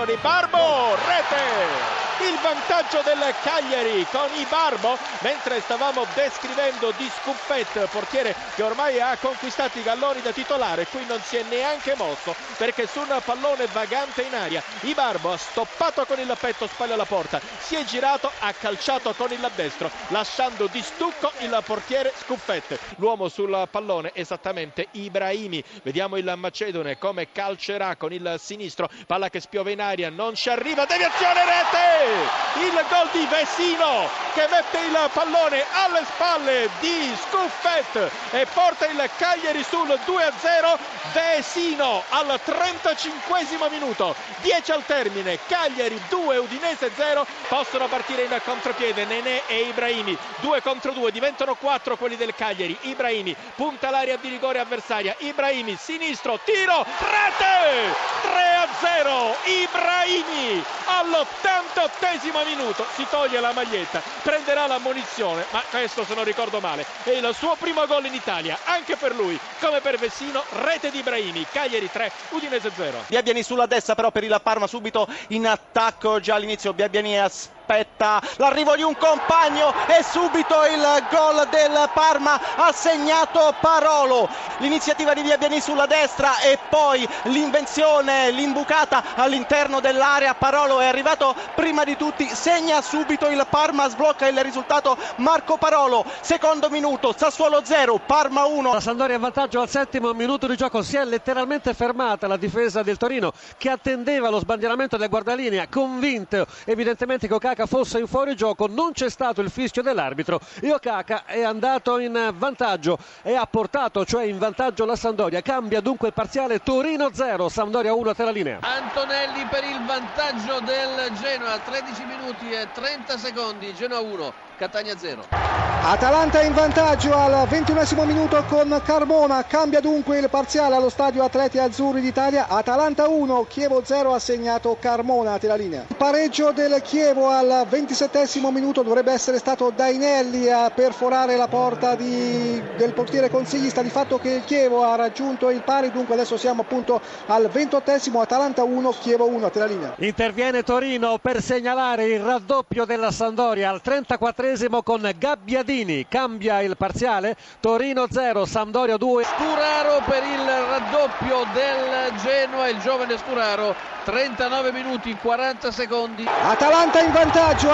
con Ibarbo, rete! Il vantaggio del Cagliari con Ibarbo, mentre stavamo descrivendo Di Scuffet, portiere che ormai ha conquistato i galloni da titolare, qui non si è neanche mosso perché su un pallone vagante in aria Ibarbo ha stoppato con il petto spalle alla porta, si è girato, ha calciato con il destro lasciando di stucco il portiere Scuffet. L'uomo sul pallone esattamente Ibrahimi, vediamo il macedone come calcerà con il sinistro, palla che spiove in aria, non ci arriva, deviazione, rete! Il gol di Vesino che mette il pallone alle spalle di Scuffet e porta il Cagliari sul 2-0. Vesino al 35esimo minuto, 10 al termine, Cagliari 2, Udinese 0. Possono partire in contropiede Nenè e Ibrahimi, 2 contro 2, diventano 4 quelli del Cagliari. Ibrahimi punta l'area di rigore avversaria, Ibrahimi sinistro, tiro, rete! 3-0, Ibrahimi all'88esimo minuto, si toglie la maglietta, prenderà l'ammonizione, ma questo, se non ricordo male, è il suo primo gol in Italia, anche per lui come per Vesino. Rete di Ibrahimi, Cagliari 3, Udinese 0. Biabiani sulla destra però per il Parma, subito in attacco già all'inizio Biabiani aspetta l'arrivo di un compagno e subito il gol del Parma, ha segnato Parolo. L'iniziativa di Biabiani sulla destra e poi l'invenzione, l'imbucata all'interno dell'area. Parolo è arrivato prima di tutti, segna subito il Parma, sblocca il risultato Marco Parolo. Secondo minuto, Sassuolo 0, Parma 1. La Sampdoria in vantaggio al 7° minuto di gioco, si è letteralmente fermata la difesa del Torino che attendeva lo sbandieramento del guardalinea, convinto evidentemente che Okaka fosse in fuorigioco. Non c'è stato il fischio dell'arbitro e Okaka è andato in vantaggio e ha portato cioè in vantaggio la Sampdoria. Cambia dunque il parziale, Torino 0, Sampdoria 1 a te la linea. Antonelli per il vantaggio del Genoa, 13 minuti e 30 secondi, Genoa 1, Catania 0. Atalanta in vantaggio al 21esimo minuto con Carmona, cambia dunque il parziale allo stadio Atleti Azzurri d'Italia. Atalanta 1, Chievo 0, ha segnato Carmona, a te la linea. Il pareggio del Chievo al 27esimo minuto, dovrebbe essere stato Dainelli a perforare la porta del portiere consiglista, di fatto che il Chievo ha raggiunto il pari, dunque adesso siamo appunto al 28esimo, Atalanta 1, Chievo 1, a te la linea. Interviene Torino per segnalare il raddoppio della Sampdoria al 34esimo con Gabbiadini, cambia il parziale, Torino 0, Sampdoria 2. Sturaro per il raddoppio del Genoa, il giovane Sturaro, 39 minuti 40 secondi. Atalanta in vantaggio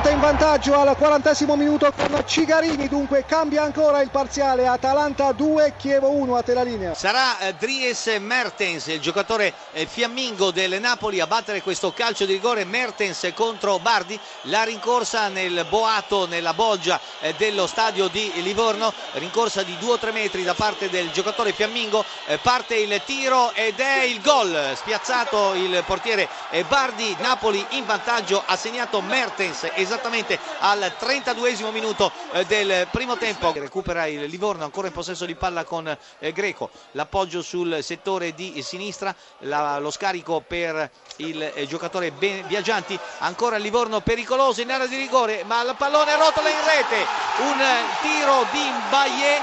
al 40esimo minuto con Cigarini, dunque cambia ancora il parziale, Atalanta 2, Chievo 1, a te la linea. Sarà Dries Mertens, il giocatore fiammingo del Napoli, a battere questo calcio di rigore. Mertens contro Bardi, la rincorsa nel boato, nella bolgia dello stadio di Livorno, rincorsa di 2 o 3 metri da parte del giocatore fiammingo, parte il tiro ed è il gol, spiazzato il portiere Bardi. Napoli in vantaggio, ha segnato Mertens esattamente al 32esimo minuto del primo tempo. Recupera il Livorno, ancora in possesso di palla con Greco, l'appoggio sul settore di sinistra, lo scarico per il giocatore Viaggianti, ancora il Livorno pericoloso in area di rigore, ma il pallone rotola in rete, un tiro di Mbaye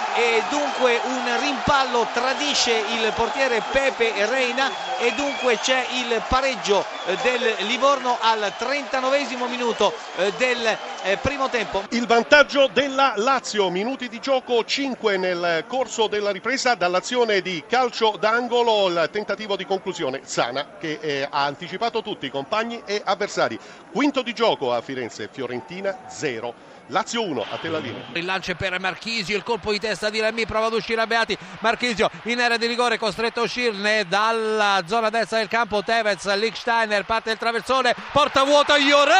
e dunque un rimpallo tradisce il portiere Pepe Reina e dunque c'è il pareggio del Livorno al 39esimo minuto del primo tempo. Il vantaggio della Lazio, minuti di gioco 5 nel corso della ripresa dall'azione di calcio d'angolo, il tentativo di conclusione Sana che ha anticipato tutti i compagni e avversari. Quinto di gioco a Firenze, Fiorentina 0. Lazio 1, a te la linea. Il lancio per Marchisio, il colpo di testa di Remy, prova ad uscire a Beati, Marchisio in area di rigore, costretto a uscirne dalla zona destra del campo. Tevez, Lichtsteiner, parte il traversone, porta vuota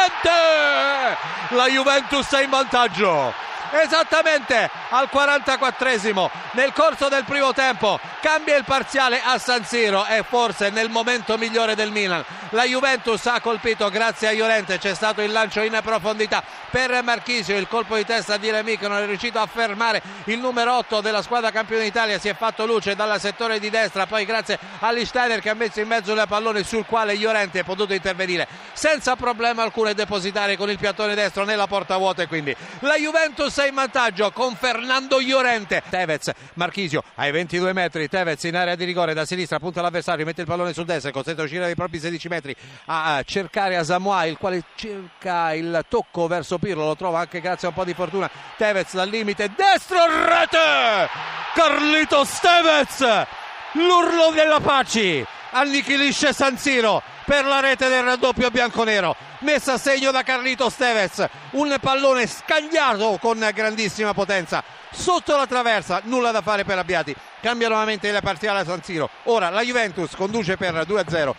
Llorente, la Juventus è in vantaggio esattamente al 44esimo nel corso del primo tempo. Cambia il parziale a San Siro e forse nel momento migliore del Milan la Juventus ha colpito grazie a Llorente. C'è stato il lancio in profondità per Marchisio, il colpo di testa di Remy che non è riuscito a fermare il numero 8 della squadra campione d'Italia, si è fatto luce dal settore di destra, poi grazie a Lichtsteiner che ha messo in mezzo il pallone sul quale Llorente è potuto intervenire senza problema alcuno e depositare con il piattone destro nella porta vuota, e quindi la Juventus passa in vantaggio con Fernando Llorente. Tevez, Marchisio ai 22 metri, Tevez in area di rigore da sinistra, punta l'avversario, mette il pallone sul destra, costretto a uscire dai propri 16 metri a cercare Asamoah, il quale cerca il tocco verso Pirlo, lo trova anche grazie a un po' di fortuna. Tevez dal limite destro, rete! Carlitos Tevez, l'urlo della Paci, annichilisce San Siro per la rete del raddoppio bianconero, messa a segno da Carlitos Tevez, un pallone scagliato con grandissima potenza sotto la traversa, nulla da fare per Abbiati, cambia nuovamente il parziale a San Siro, ora la Juventus conduce per 2-0.